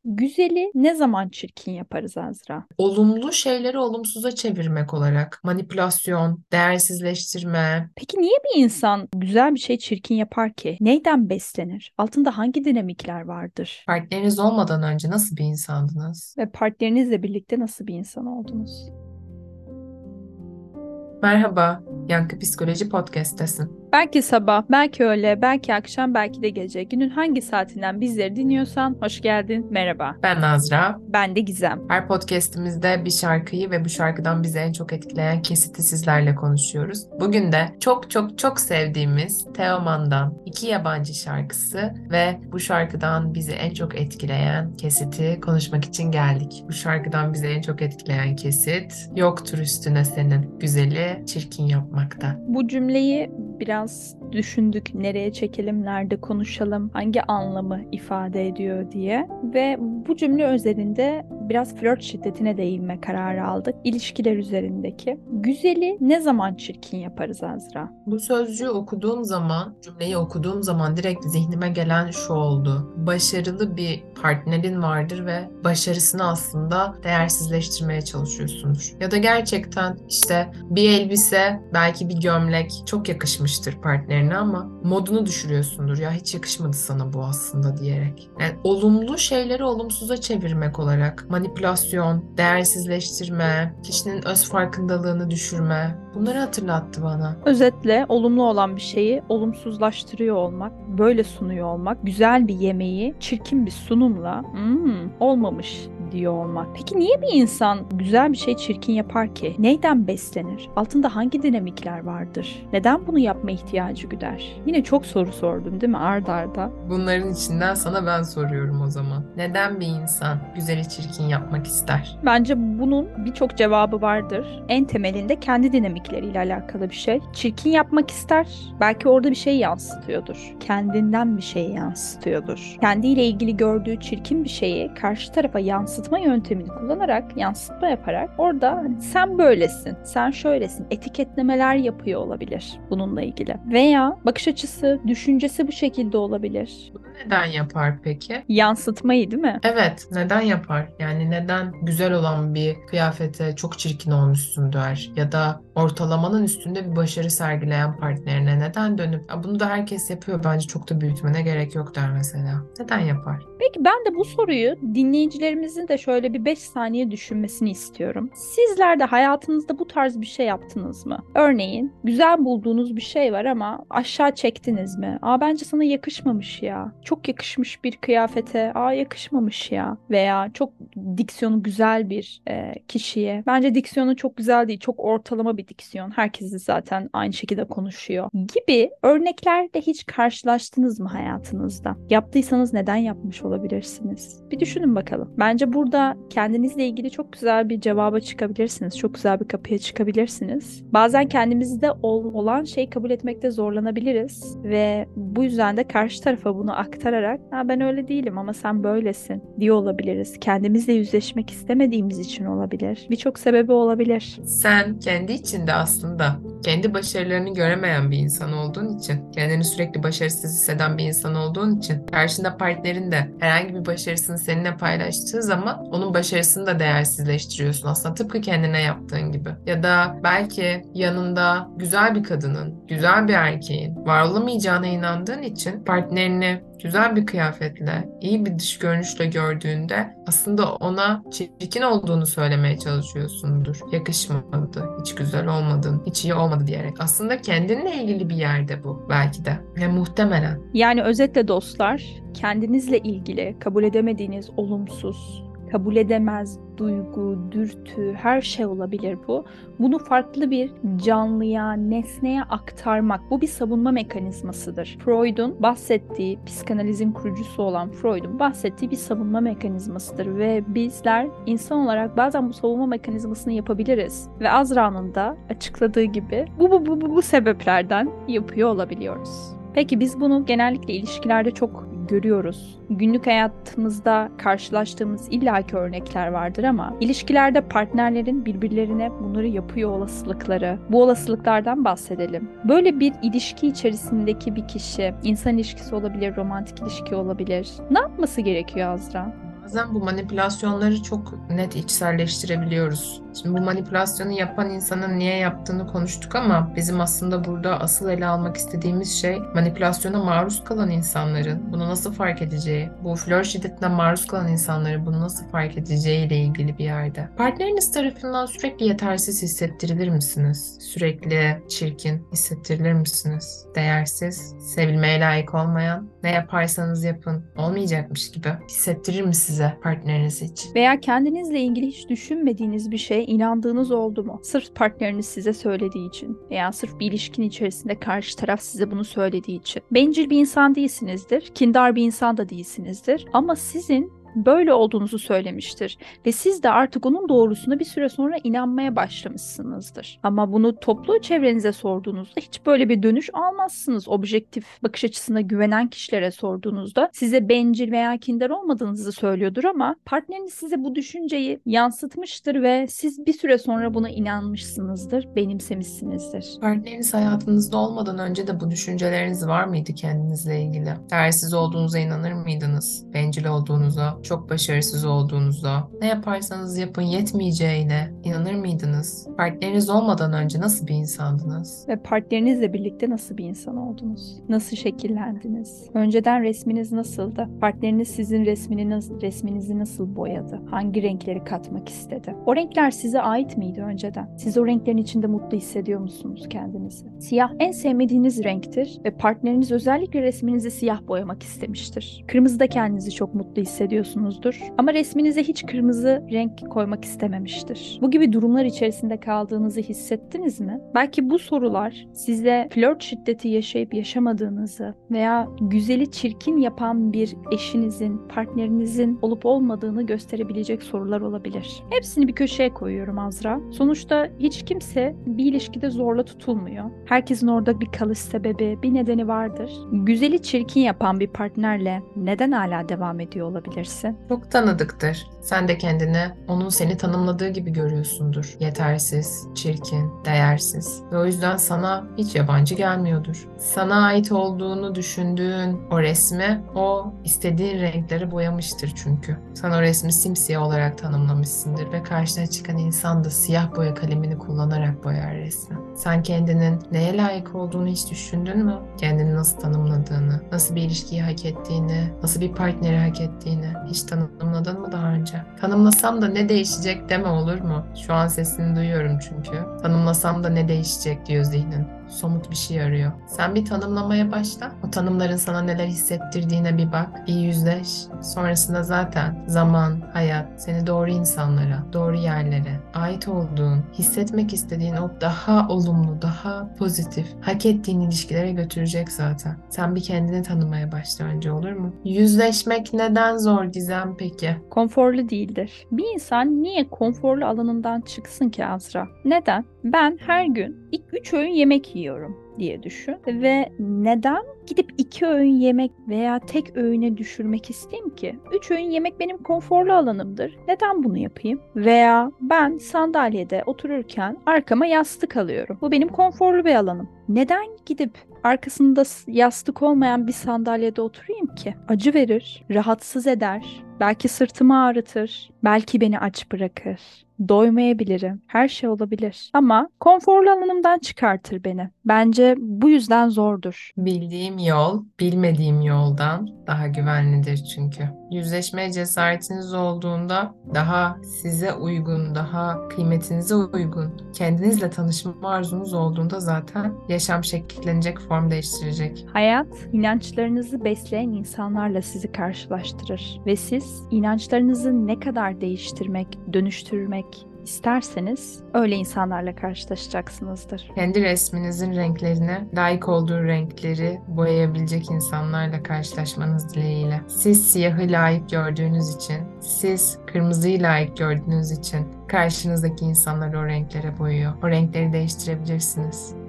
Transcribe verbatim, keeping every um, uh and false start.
Güzeli ne zaman çirkin yaparız Azra? Olumlu şeyleri olumsuza çevirmek olarak manipülasyon, değersizleştirme. Peki niye bir insan güzel bir şey çirkin yapar ki? Neyden beslenir? Altında hangi dinamikler vardır? Partneriniz olmadan önce nasıl bir insandınız? Ve partnerinizle birlikte nasıl bir insan oldunuz? Merhaba, Yankı Psikoloji Podcast'tesin. Belki sabah, belki öğle, belki akşam, belki de gece. Günün hangi saatinden bizleri dinliyorsan hoş geldin, merhaba. Ben Nazra. Ben de Gizem. Her podcast'imizde bir şarkıyı ve bu şarkıdan bizi en çok etkileyen kesiti sizlerle konuşuyoruz. Bugün de çok çok çok sevdiğimiz Teoman'dan iki yabancı şarkısı ve bu şarkıdan bizi en çok etkileyen kesiti konuşmak için geldik. Bu şarkıdan bizi en çok etkileyen kesit "Yoktur üstüne senin güzeli çirkin yapmakta." Bu cümleyi biraz düşündük. Nereye çekelim, nerede konuşalım, hangi anlamı ifade ediyor diye. Ve bu cümle üzerinde biraz flört şiddetine değinme kararı aldık. İlişkiler üzerindeki. Güzeli ne zaman çirkin yaparız Azra? Bu sözcüğü okuduğum zaman, cümleyi okuduğum zaman direkt zihnime gelen şu oldu. Başarılı bir partnerin vardır ve başarısını aslında değersizleştirmeye çalışıyorsundur. Ya da gerçekten işte bir elbise, belki bir gömlek çok yakışmıştır partnerine ama modunu düşürüyorsundur. Ya hiç yakışmadı sana bu aslında diyerek. Yani olumlu şeyleri olumsuza çevirmek olarak manipülasyon, değersizleştirme, kişinin öz farkındalığını düşürme, bunları hatırlattı bana. Özetle olumlu olan bir şeyi olumsuzlaştırıyor olmak, böyle sunuyor olmak, güzel bir yemeği çirkin bir sunumla "Hmm, olmamış" diyor olmak. Peki niye bir insan güzel bir şey çirkin yapar ki? Neyden beslenir? Altında hangi dinamikler vardır? Neden bunu yapma ihtiyacı güder? Yine çok soru sordum değil mi ard arda? Bunların içinden sana ben soruyorum o zaman. Neden bir insan güzeli çirkin yapmak ister? Bence bunun birçok cevabı vardır. En temelinde kendi dinamikleriyle alakalı bir şey. Çirkin yapmak ister. Belki orada bir şey yansıtıyordur. Kendinden bir şey yansıtıyordur. Kendiyle ilgili gördüğü çirkin bir şeyi karşı tarafa yansıtma yöntemini kullanarak, yansıtma yaparak orada hani sen böylesin, sen şöylesin etiketlemeler yapıyor olabilir bununla ilgili. Veya bakış açısı, düşüncesi bu şekilde olabilir. Bunu neden yapar peki? Yansıtmayı değil mi? Evet, neden yapar? Yani neden güzel olan bir kıyafete çok çirkin olmuşsun der ya da ortalamanın üstünde bir başarı sergileyen partnerine neden dönüp "Ya bunu da herkes yapıyor, bence çok da büyütmene gerek yok" der mesela. Neden yapar? Peki ben de bu soruyu dinleyicilerimizin de şöyle bir beş saniye düşünmesini istiyorum. Sizler de hayatınızda bu tarz bir şey yaptınız mı? Örneğin güzel bulduğunuz bir şey var ama aşağı çektiniz mi? Aa bence sana yakışmamış ya. Çok yakışmış bir kıyafete. Aa yakışmamış ya. Veya çok diksiyonu güzel bir e, kişiye. Bence diksiyonu çok güzel değil. Çok ortalama bir diksiyon. Herkes de zaten aynı şekilde konuşuyor. Gibi örneklerle hiç karşılaştınız mı hayatınızda? Yaptıysanız neden yapmış olabilirsiniz? Bir düşünün bakalım. Bence burada kendinizle ilgili çok güzel bir cevaba çıkabilirsiniz. Çok güzel bir kapıya çıkabilirsiniz. Bazen kendimizde ol- olan şeyi kabul etmekte zorlanabiliriz ve bu yüzden de karşı tarafa bunu aktararak ha, ben öyle değilim ama sen böylesin diye olabiliriz. Kendimizle yüzleşmek istemediğimiz için olabilir. Birçok sebebi olabilir. Sen kendi içinde aslında kendi başarılarını göremeyen bir insan olduğun için, kendini sürekli başarısız hisseden bir insan olduğun için, karşında partnerin de herhangi bir başarısını seninle paylaştığı zaman onun başarısını da değersizleştiriyorsun aslında, tıpkı kendine yaptığın gibi. Ya da belki yanında güzel bir kadının, güzel bir erkeğin var olamayacağına inandığın için partnerini güzel bir kıyafetle, iyi bir dış görünüşle gördüğünde aslında ona çirkin olduğunu söylemeye çalışıyorsundur. Yakışmadı, hiç güzel olmadın, hiç iyi olmadı diyerek. Aslında kendinle ilgili bir yerde bu belki de. Ve muhtemelen. Yani özetle dostlar, kendinizle ilgili kabul edemediğiniz olumsuz, kabul edemez duygu, dürtü, her şey olabilir bu. Bunu farklı bir canlıya, nesneye aktarmak, bu bir savunma mekanizmasıdır. Freud'un bahsettiği, psikanalizin kurucusu olan Freud'un bahsettiği bir savunma mekanizmasıdır ve bizler insan olarak bazen bu savunma mekanizmasını yapabiliriz ve Azra'nın da açıkladığı gibi bu bu bu bu, bu sebeplerden yapıyor olabiliyoruz. Peki biz bunu genellikle ilişkilerde çok görüyoruz. Günlük hayatımızda karşılaştığımız illaki örnekler vardır ama ilişkilerde partnerlerin birbirlerine bunları yapıyor olasılıkları, bu olasılıklardan bahsedelim. Böyle bir ilişki içerisindeki bir kişi, insan ilişkisi olabilir, romantik ilişki olabilir. Ne yapması gerekiyor Azra? Bazen bu manipülasyonları çok net içselleştirebiliyoruz. Şimdi bu manipülasyonu yapan insanın niye yaptığını konuştuk ama bizim aslında burada asıl ele almak istediğimiz şey manipülasyona maruz kalan insanların bunu nasıl fark edeceği, bu flört şiddetine maruz kalan insanların bunu nasıl fark edeceği ile ilgili bir yerde. Partneriniz tarafından sürekli yetersiz hissettirilir misiniz? Sürekli çirkin hissettirilir misiniz? Değersiz, sevilmeye layık olmayan, ne yaparsanız yapın olmayacakmış gibi hissettirir mi size partneriniz için? Veya kendinizle ilgili hiç düşünmediğiniz bir şeye inandığınız oldu mu? Sırf partneriniz size söylediği için veya sırf bir ilişkin içerisinde karşı taraf size bunu söylediği için. Bencil bir insan değilsinizdir, kindar bir insan da değilsinizdir ama sizin böyle olduğunuzu söylemiştir ve siz de artık onun doğrusuna bir süre sonra inanmaya başlamışsınızdır. Ama bunu toplu çevrenize sorduğunuzda hiç böyle bir dönüş almazsınız. Objektif bakış açısına güvenen kişilere sorduğunuzda size bencil veya kindar olmadığınızı söylüyordur ama partneriniz size bu düşünceyi yansıtmıştır ve siz bir süre sonra buna inanmışsınızdır, benimsemişsinizdir. Partneriniz hayatınızda olmadan önce de bu düşünceleriniz var mıydı kendinizle ilgili? Değersiz olduğunuza inanır mıydınız? Bencil olduğunuza, çok başarısız olduğunuza, ne yaparsanız yapın yetmeyeceğine inanır mıydınız? Partneriniz olmadan önce nasıl bir insandınız? Ve partnerinizle birlikte nasıl bir insan oldunuz? Nasıl şekillendiniz? Önceden resminiz nasıldı? Partneriniz sizin resmini nasıl, resminizi nasıl boyadı? Hangi renkleri katmak istedi? O renkler size ait miydi önceden? Siz o renklerin içinde mutlu hissediyor musunuz kendinizi? Siyah en sevmediğiniz renktir ve partneriniz özellikle resminizi siyah boyamak istemiştir. Kırmızıda kendinizi çok mutlu hissediyorsunuzdur ama resminize hiç kırmızı renk koymak istememiştir. Bu gibi durumlar içerisinde kaldığınızı hissettiniz mi? Belki bu sorular size flört şiddeti yaşayıp yaşamadığınızı veya güzeli çirkin yapan bir eşinizin, partnerinizin olup olmadığını gösterebilecek sorular olabilir. Hepsini bir köşeye koyuyorum Azra. Sonuçta hiç kimse bir ilişkide zorla tutulmuyor. Herkesin orada bir kalış sebebi, bir nedeni vardır. Güzeli çirkin yapan bir partnerle neden hala devam ediyor olabilirsin? Çok tanıdıktır. Sen de kendini onun seni tanımladığı gibi görüyorsundur. Yetersiz, çirkin, değersiz. Ve o yüzden sana hiç yabancı gelmiyordur. Sana ait olduğunu düşündüğün o resmi o istediğin renkleri boyamıştır çünkü. Sen o resmi simsiyah olarak tanımlamışsındır ve karşına çıkan insan da siyah boya kalemini kullanarak boyar resmi. Sen kendinin neye layık olduğunu hiç düşündün mü? Kendini nasıl tanımladığını, nasıl bir ilişkiyi hak ettiğini, nasıl bir partneri hak ettiğini hiç tanımladın mı daha önce? Tanımlasam da ne değişecek deme, olur mu? Şu an sesini duyuyorum çünkü. Tanımlasam da ne değişecek diyor zihnin. Somut bir şey arıyor. Sen bir tanımlamaya başla. O tanımların sana neler hissettirdiğine bir bak. Bir yüzleş. Sonrasında zaten zaman, hayat seni doğru insanlara, doğru yerlere, ait olduğun, hissetmek istediğin o daha olumlu, daha pozitif, hak ettiğin ilişkilere götürecek zaten. Sen bir kendini tanımaya başla önce, olur mu? Yüzleşmek neden zor Gizem peki? Konforlu değildir. Bir insan niye konforlu alanından çıksın ki Azra? Neden? Ben her gün ilk üç öğün yemek yiyorum diye düşün ve neden gidip iki öğün yemek veya tek öğüne düşürmek isteyeyim ki? Üç öğün yemek benim konforlu alanımdır. Neden bunu yapayım? Veya ben sandalyede otururken arkama yastık alıyorum. Bu benim konforlu bir alanım. Neden gidip arkasında yastık olmayan bir sandalyede oturayım ki? Acı verir, rahatsız eder, belki sırtımı ağrıtır, belki beni aç bırakır. Doymayabilirim. Her şey olabilir. Ama konforlu alanımdan çıkartır beni. Bence bu yüzden zordur. Bildiğim yol, bilmediğim yoldan daha güvenlidir çünkü. Yüzleşmeye cesaretiniz olduğunda daha size uygun, daha kıymetinize uygun, kendinizle tanışma arzunuz olduğunda zaten yaşam şekillenecek, form değiştirecek. Hayat, inançlarınızı besleyen insanlarla sizi karşılaştırır ve siz inançlarınızı ne kadar değiştirmek, dönüştürmek isterseniz öyle insanlarla karşılaşacaksınızdır. Kendi resminizin renklerine layık olduğu renkleri boyayabilecek insanlarla karşılaşmanız dileğiyle. Siz siyahı layık gördüğünüz için, siz kırmızıyı layık gördüğünüz için karşınızdaki insanlar o renklere boyuyor. O renkleri değiştirebilirsiniz.